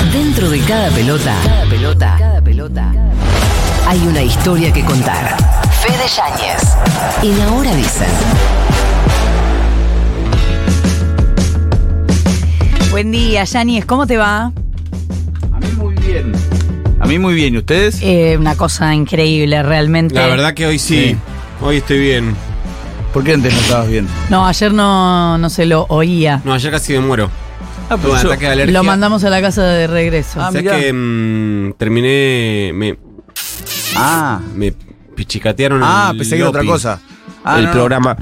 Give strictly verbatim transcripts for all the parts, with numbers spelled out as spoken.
Dentro de cada pelota, cada pelota, cada pelota, hay una historia que contar. Fede Yáñez. En Ahora Dicen. Buen día, Yáñez, ¿cómo te va? A mí muy bien. A mí muy bien, ¿y ustedes? Eh, una cosa increíble, realmente. La verdad que hoy sí, sí. Hoy estoy bien. ¿Por qué antes no estabas bien? No, ayer no, no se lo oía. No, ayer casi me muero. Ah, pero Tuve un yo- ataque de alergia. Lo mandamos a la casa de regreso. Ah, ¿Sabes mirá. que mm, terminé, me, Ah, me pichicatearon ah el pensé que era otra Lopi, cosa. Ah, el no, no. programa.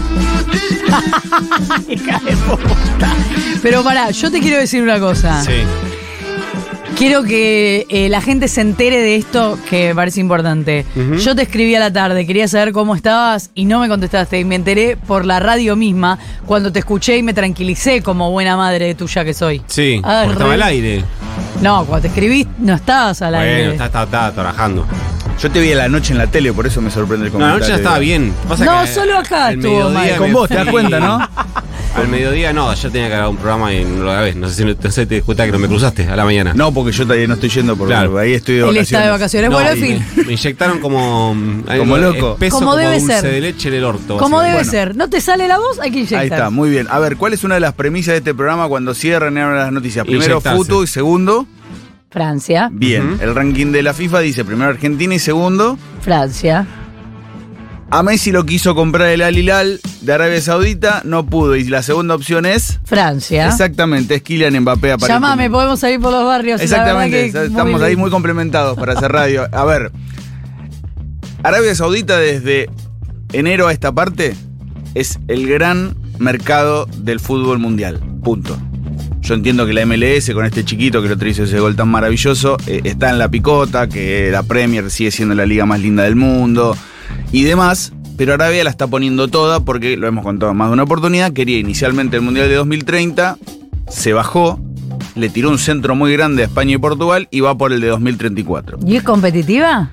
Hija de puta. Pero pará, yo te quiero decir una cosa. Sí. Quiero que eh, la gente se entere de esto que me parece importante. Ujú. Yo te escribí a la tarde, quería saber cómo estabas y no me contestaste. Y me enteré por la radio misma cuando te escuché y me tranquilicé como buena madre tuya que soy. Sí, Ah, porque estaba re- al aire. No, cuando te escribí no estabas al aire. Bueno, estaba, estaba, estaba trabajando. Yo te vi a la noche en la tele, por eso me sorprende el No, comentario. anoche ya estaba bien. Pasa No, que solo acá al estuvo mediodía mal. me Con vos, te das fui- cuenta, ¿no? Al mediodía no, ayer tenía que grabar un programa y no lo grabé. No sé si no sé, te das cuenta que no me cruzaste a la mañana. No, porque yo todavía no estoy yendo por Claro. ahí estoy de Él vacaciones. está de vacaciones. No, Bueno, en y fin. Me, me inyectaron como mm, Como algo loco. espeso, Como como, debe dulce ser. de leche en el orto. Como debe básicamente. ser. No te sale la voz, hay que inyectar. Ahí está, muy bien. A ver, ¿cuál es una de las premisas de este programa cuando cierran y abren las noticias? Primero, Inyectarse. Futu y segundo, Francia, bien. Ujú. El ranking de la FIFA dice primero Argentina y segundo, Francia. a Messi lo quiso comprar el Al Hilal de Arabia Saudita, no pudo. Y la segunda opción es, Francia. exactamente, es Kylian Mbappé. Llámame, aparentemente. podemos salir por los barrios. la Exactamente, verdad que estamos ahí bien. muy complementados para hacer radio. A ver, Arabia Saudita desde enero a esta parte es el gran mercado del fútbol mundial. Punto. Yo entiendo que la M L S con este chiquito que lo hizo ese gol tan maravilloso eh, está en la picota, que la Premier sigue siendo la liga más linda del mundo y demás, pero Arabia la está poniendo toda porque, lo hemos contado en más de una oportunidad, quería inicialmente el Mundial de dos mil treinta, se bajó, le tiró un centro muy grande a España y Portugal y va por el de dos mil treinta y cuatro. ¿Y es competitiva?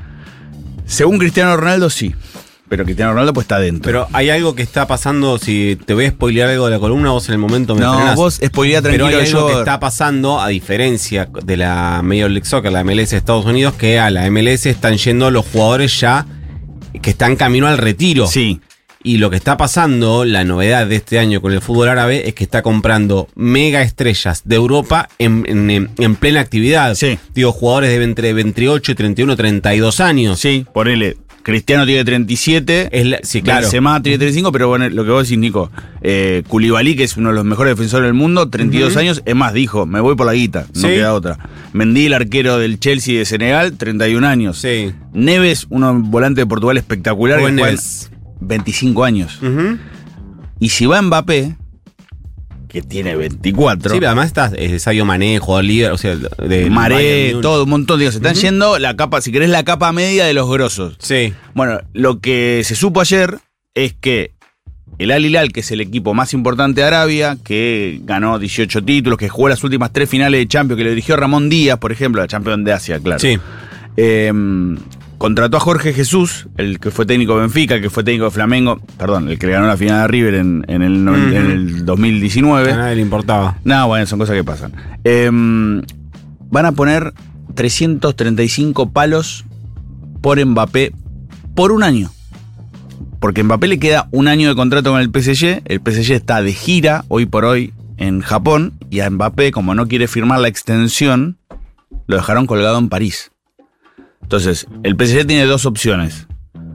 Según Cristiano Ronaldo, sí. Pero Cristiano Ronaldo pues está dentro. Pero hay algo que está pasando, si te voy a spoilear algo de la columna, vos en el momento me no, frenás. vos spoilea tranquilo. Pero hay algo yo... que está pasando, a diferencia de la Major League Soccer, la M L S de Estados Unidos, que a la M L S están yendo los jugadores ya que están camino al retiro. Sí. Y lo que está pasando, la novedad de este año con el fútbol árabe, es que está comprando mega estrellas de Europa en, en- en plena actividad. Sí. Digo, jugadores de entre veintiocho y treinta y uno, treinta y dos años. Sí, ponele. Cristiano tiene treinta y siete. Es la- sí, claro. Benzema tiene treinta y cinco, pero bueno, lo que vos decís, Nico. Eh, Koulibaly, que es uno de los mejores defensores del mundo, treinta y dos Ujú. años. Es más, dijo, me voy por la guita. No Sí. queda otra. Mendy, el arquero del Chelsea de Senegal, treinta y un años. Sí. Neves, uno volante de Portugal espectacular. Rubén que juega en Neves. veinticinco años. Ujú. Y si va Mbappé, que tiene veinticuatro. Sí, pero además está eh, Sadio Mané, jugador líder, o sea, de Maré, Bayern Múnich. todo, un montón. Digo, se están Ujú. yendo la capa, si querés, la capa media de los grosos. Sí. Bueno, lo que se supo ayer es que el Al Hilal, que es el equipo más importante de Arabia, que ganó dieciocho títulos, que jugó las últimas tres finales de Champions, que le dirigió Ramón Díaz, por ejemplo, la Champions de Asia, claro. Sí. Eh, contrató a Jorge Jesús, el que fue técnico de Benfica, el que fue técnico de Flamengo, perdón, el que le ganó la final de River en, en el, noven- Ujú. en el dos mil diecinueve. A nadie le importaba. No, bueno, son cosas que pasan. Eh, van a poner trescientos treinta y cinco palos por Mbappé por un año. Porque a Mbappé le queda un año de contrato con el P S G. El P S G está de gira hoy por hoy en Japón. Y a Mbappé, como no quiere firmar la extensión, lo dejaron colgado en París. Entonces, el P S G tiene dos opciones.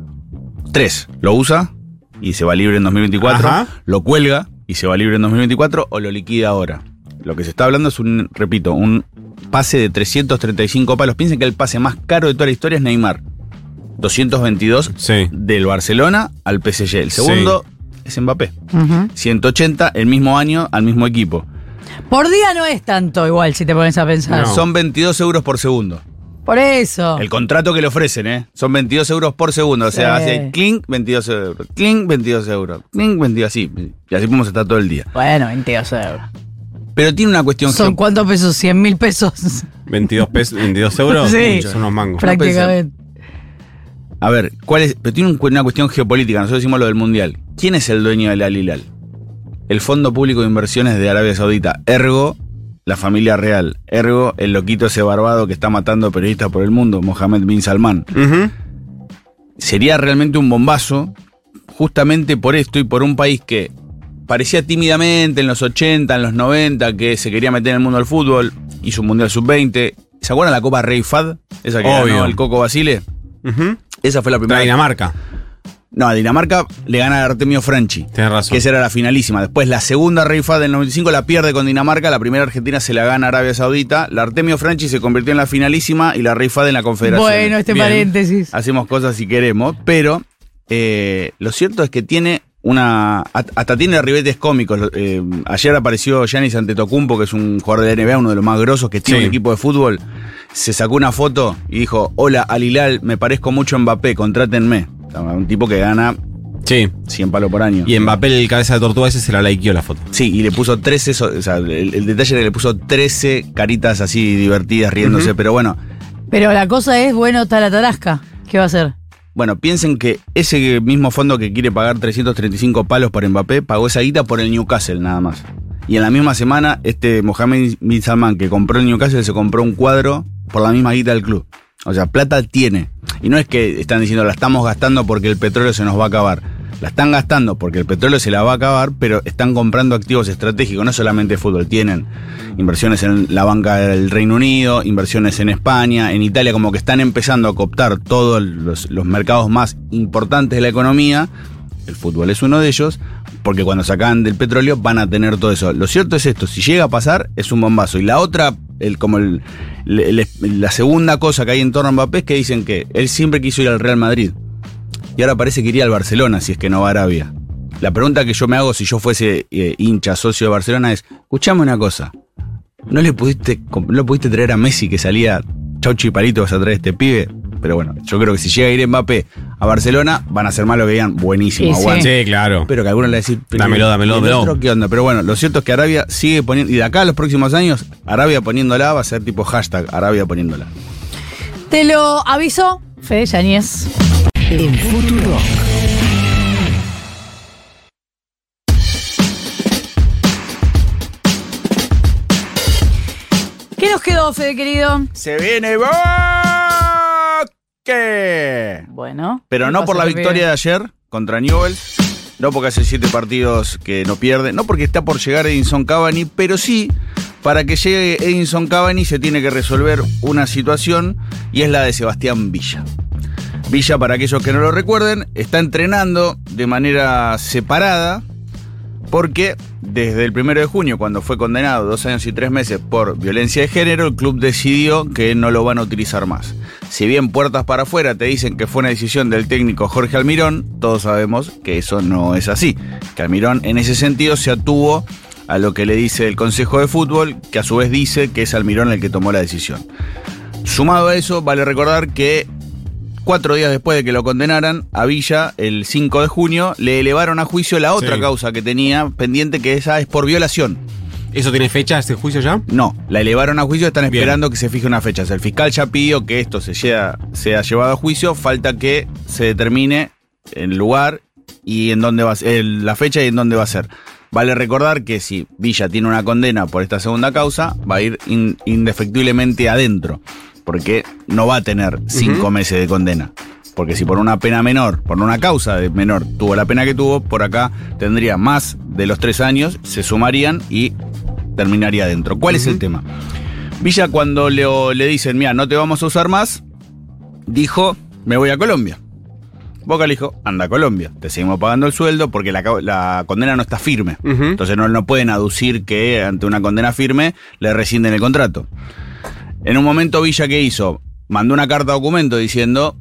Tres, lo usa y se va libre en dos mil veinticuatro. Ajá. Lo cuelga y se va libre en dos mil veinticuatro o lo liquida ahora. Lo que se está hablando es un, repito, un pase de trescientos treinta y cinco palos. Piensen que el pase más caro de toda la historia es Neymar. doscientos veintidós Sí. del Barcelona al P S G. El segundo es Mbappé. Ujú. ciento ochenta el mismo año al mismo equipo. Por día no es tanto igual si te pones a pensar. No. Son veintidós euros por segundo. Por eso. El contrato que le ofrecen, ¿eh? Son veintidós euros por segundo. O sea, Sí. hace clink, veintidós euros. Clink, veintidós euros. Clink, veintidós, así. Y así podemos estar todo el día. Bueno, veintidós euros. Pero tiene una cuestión ¿Son geo- cuántos pesos? ¿cien mil pesos? veintidós pesos, veintidós euros. Sí. Muchos, son unos mangos. Prácticamente. A ver, ¿cuál es? Pero tiene un- una cuestión geopolítica. Nosotros decimos lo del Mundial. ¿Quién es el dueño del Al Hilal? El Fondo Público de Inversiones de Arabia Saudita. Ergo, la familia real. Ergo, el loquito ese barbado que está matando periodistas por el mundo, Mohammed bin Salman. Ujú. Sería realmente un bombazo, justamente por esto y por un país que parecía tímidamente en los ochenta, en los noventa, que se quería meter en el mundo del fútbol, hizo un Mundial sub veinte. ¿Se acuerdan la Copa Rey Fad? Esa que Obvio. ganó el Coco Basile. Ujú. Esa fue la La primera. Dinamarca. No, a Dinamarca le gana a Artemio Franchi. Tenés razón. Que esa era la finalísima. Después la segunda Rey Fad del noventa y cinco la pierde con Dinamarca. La primera Argentina se la gana a Arabia Saudita. La Artemio Franchi se convirtió en la finalísima y la Rey Fad en la Confederación. Bueno, este Bien. paréntesis. Hacemos cosas si queremos, pero eh, lo cierto es que tiene una... Hasta tiene ribetes cómicos. Eh, ayer apareció Giannis Antetokounmpo, que es un jugador de N B A, uno de los más grosos que tiene Sí. un equipo de fútbol. Se sacó una foto y dijo: hola, Al Hilal, me parezco mucho a Mbappé, contrátenme. Un tipo que gana Sí. cien palos por año. Y Mbappé, el cabeza de tortuga ese, se la likeó la foto. Sí, y le puso trece, so- o sea, el, el detalle era que le puso trece caritas así divertidas, riéndose, Ujú. pero bueno, Pero la cosa es, bueno, está la tarasca. ¿Qué va a hacer? bueno, piensen que ese mismo fondo que quiere pagar trescientos treinta y cinco palos por Mbappé, pagó esa guita por el Newcastle nada más. Y en la misma semana, este Mohammed bin Salman, que compró el Newcastle, se compró un cuadro por la misma guita del club. O sea, plata tiene. Y no es que están diciendo la estamos gastando porque el petróleo se nos va a acabar. La están gastando porque el petróleo se la va a acabar, pero están comprando activos estratégicos, no solamente fútbol. Tienen inversiones en la banca del Reino Unido, inversiones en España, en Italia, como que están empezando a cooptar todos los, los mercados más importantes de la economía. El fútbol es uno de ellos, porque cuando sacan del petróleo van a tener todo eso. Lo cierto es esto, si llega a pasar, es un bombazo. Y la otra, el, como el, el- el- la segunda cosa que hay en torno a Mbappé es que dicen que él siempre quiso ir al Real Madrid. Y ahora parece que iría al Barcelona si es que no va a Arabia. La pregunta que yo me hago si yo fuese eh, hincha, socio de Barcelona es: escuchame una cosa, ¿no le pudiste, no le pudiste traer a Messi que salía chau chipalito, vas a traer a este pibe? Pero bueno, yo creo que si llega a ir Mbappé a Barcelona, van a hacer más lo que digan, buenísimo, Y sí. aguante. Sí, claro. Pero que algunos le van a decir: pero Dámelo, dámelo, ¿y el dámelo. otro qué onda? Pero bueno, lo cierto es que Arabia sigue poniendo, y de acá a los próximos años, Arabia poniéndola va a ser tipo hashtag Arabia poniéndola. Te lo aviso, Fede Yáñez. En Futuro. ¿Qué nos quedó, Fede, querido? ¡Se viene Boque! Bueno. Pero ¿qué no pasa, por la Pepe? victoria de ayer contra Newell's, no porque hace siete partidos que no pierde, no porque está por llegar Edinson Cavani, pero sí, para que llegue Edinson Cavani se tiene que resolver una situación, y es la de Sebastián Villa. Villa, para aquellos que no lo recuerden, está entrenando de manera separada, porque desde el primero de junio, cuando fue condenado dos años y tres meses por violencia de género, el club decidió que no lo van a utilizar más. Si bien puertas para afuera te dicen que fue una decisión del técnico Jorge Almirón, todos sabemos que eso no es así. Que Almirón en ese sentido se atuvo a lo que le dice el Consejo de Fútbol, que a su vez dice que es Almirón el que tomó la decisión. Sumado a eso, vale recordar que cuatro días después de que lo condenaran, a Villa, el cinco de junio, le elevaron a juicio la otra Sí. causa que tenía pendiente, que esa es por violación. ¿Eso tiene fecha, este juicio ya? No, la elevaron a juicio, están Bien. esperando que se fije una fecha. O sea, el fiscal ya pidió que esto se sea, sea llevado a juicio, falta que se determine el lugar y en dónde va a ser, el- la fecha y en dónde va a ser. Vale recordar que si Villa tiene una condena por esta segunda causa, va a ir in- indefectiblemente adentro, porque no va a tener cinco Ujú. meses de condena. Porque si por una pena menor, por una causa de menor, tuvo la pena que tuvo, por acá tendría más de los tres años, se sumarían y terminaría adentro. ¿Cuál es el tema? Villa, cuando le, le dicen, mira, no te vamos a usar más, dijo, me voy a Colombia. Boca le dijo, anda a Colombia, te seguimos pagando el sueldo porque la, ca- la condena no está firme. Ujú. Entonces no, no pueden aducir que ante una condena firme le rescinden el contrato. En un momento Villa, ¿qué hizo? Mandó una carta documento diciendo,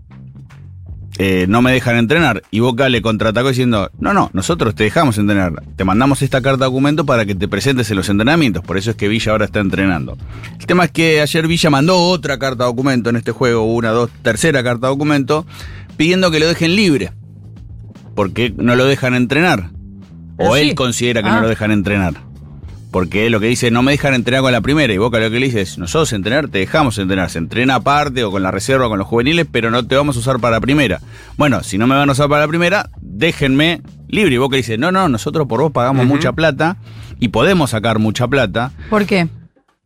eh, no me dejan entrenar. Y Boca le contraatacó diciendo, no, no, nosotros te dejamos entrenar. Te mandamos esta carta documento para que te presentes en los entrenamientos. Por eso es que Villa ahora está entrenando. El tema es que ayer Villa mandó otra carta documento en este juego, una, dos, tercera carta documento, pidiendo que lo dejen libre. Porque no lo dejan entrenar. O Ah, él sí. considera que Ah. no lo dejan entrenar. Porque lo que dice, no me dejan entrenar con la primera. Y Boca lo que le dice es, nosotros entrenar, te dejamos entrenar. Se entrena aparte o con la reserva, con los juveniles, pero no te vamos a usar para la primera. Bueno, si no me van a usar para la primera, déjenme libre. Y Boca dice, no, no, nosotros por vos pagamos Ujú. mucha plata y podemos sacar mucha plata. ¿Por qué?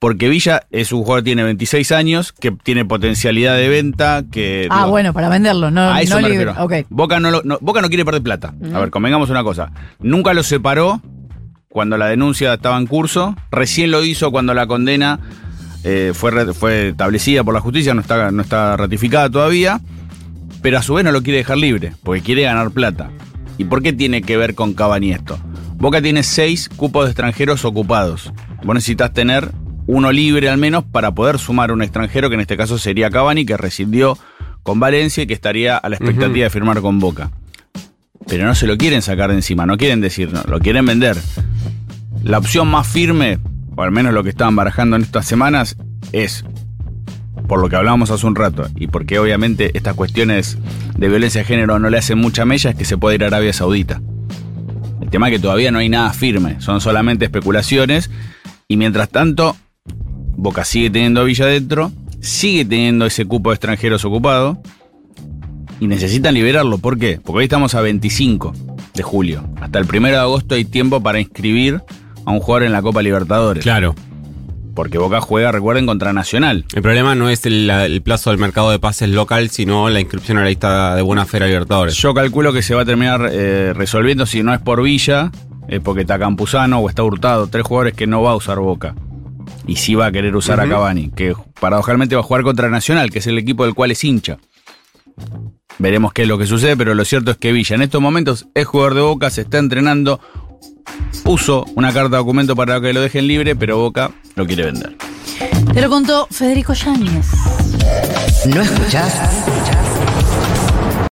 Porque Villa es un jugador que tiene veintiséis años, que tiene potencialidad de venta, que... Ah, digo, bueno, para venderlo, no, a eso no me libre. refiero. Ok. Boca no, lo- no- Boca no quiere perder plata. A ver, convengamos una cosa. Nunca lo separó cuando la denuncia estaba en curso. Recién lo hizo cuando la condena eh, fue, re- fue establecida por la justicia, no está, no está ratificada todavía. Pero a su vez no lo quiere dejar libre, porque quiere ganar plata. ¿Y por qué tiene que ver con Cavani esto? Boca tiene seis cupos de extranjeros ocupados. Vos necesitas tener uno libre al menos para poder sumar un extranjero, que en este caso sería Cavani, que rescindió con Valencia y que estaría a la expectativa Ujú. de firmar con Boca. Pero no se lo quieren sacar de encima, no quieren decir, no, lo quieren vender. La opción más firme, o al menos lo que estaban barajando en estas semanas, es, por lo que hablábamos hace un rato, y porque obviamente estas cuestiones de violencia de género no le hacen mucha mella, es que se puede ir a Arabia Saudita. El tema es que todavía no hay nada firme, son solamente especulaciones, y mientras tanto, Boca sigue teniendo a Villa dentro, sigue teniendo ese cupo de extranjeros ocupado, y necesitan liberarlo. ¿Por qué? Porque hoy estamos a veinticinco de julio. Hasta el primero de agosto hay tiempo para inscribir a un jugador en la Copa Libertadores. Claro. Porque Boca juega, recuerden, contra Nacional. El problema no es el, la- el plazo del mercado de pases local, sino la inscripción a la lista de Buena Fe a Libertadores. Yo calculo que se va a terminar eh, resolviendo, si no es por Villa, es porque está Campuzano o está Hurtado, tres jugadores que no va a usar Boca. Y sí va a querer usar Ujú. a Cavani, que paradojalmente va a jugar contra Nacional, que es el equipo del cual es hincha. Veremos qué es lo que sucede, pero lo cierto es que Villa en estos momentos es jugador de Boca, se está entrenando, puso una carta de documento para que lo dejen libre, pero Boca lo quiere vender. Te lo contó Federico Yáñez. No escuchás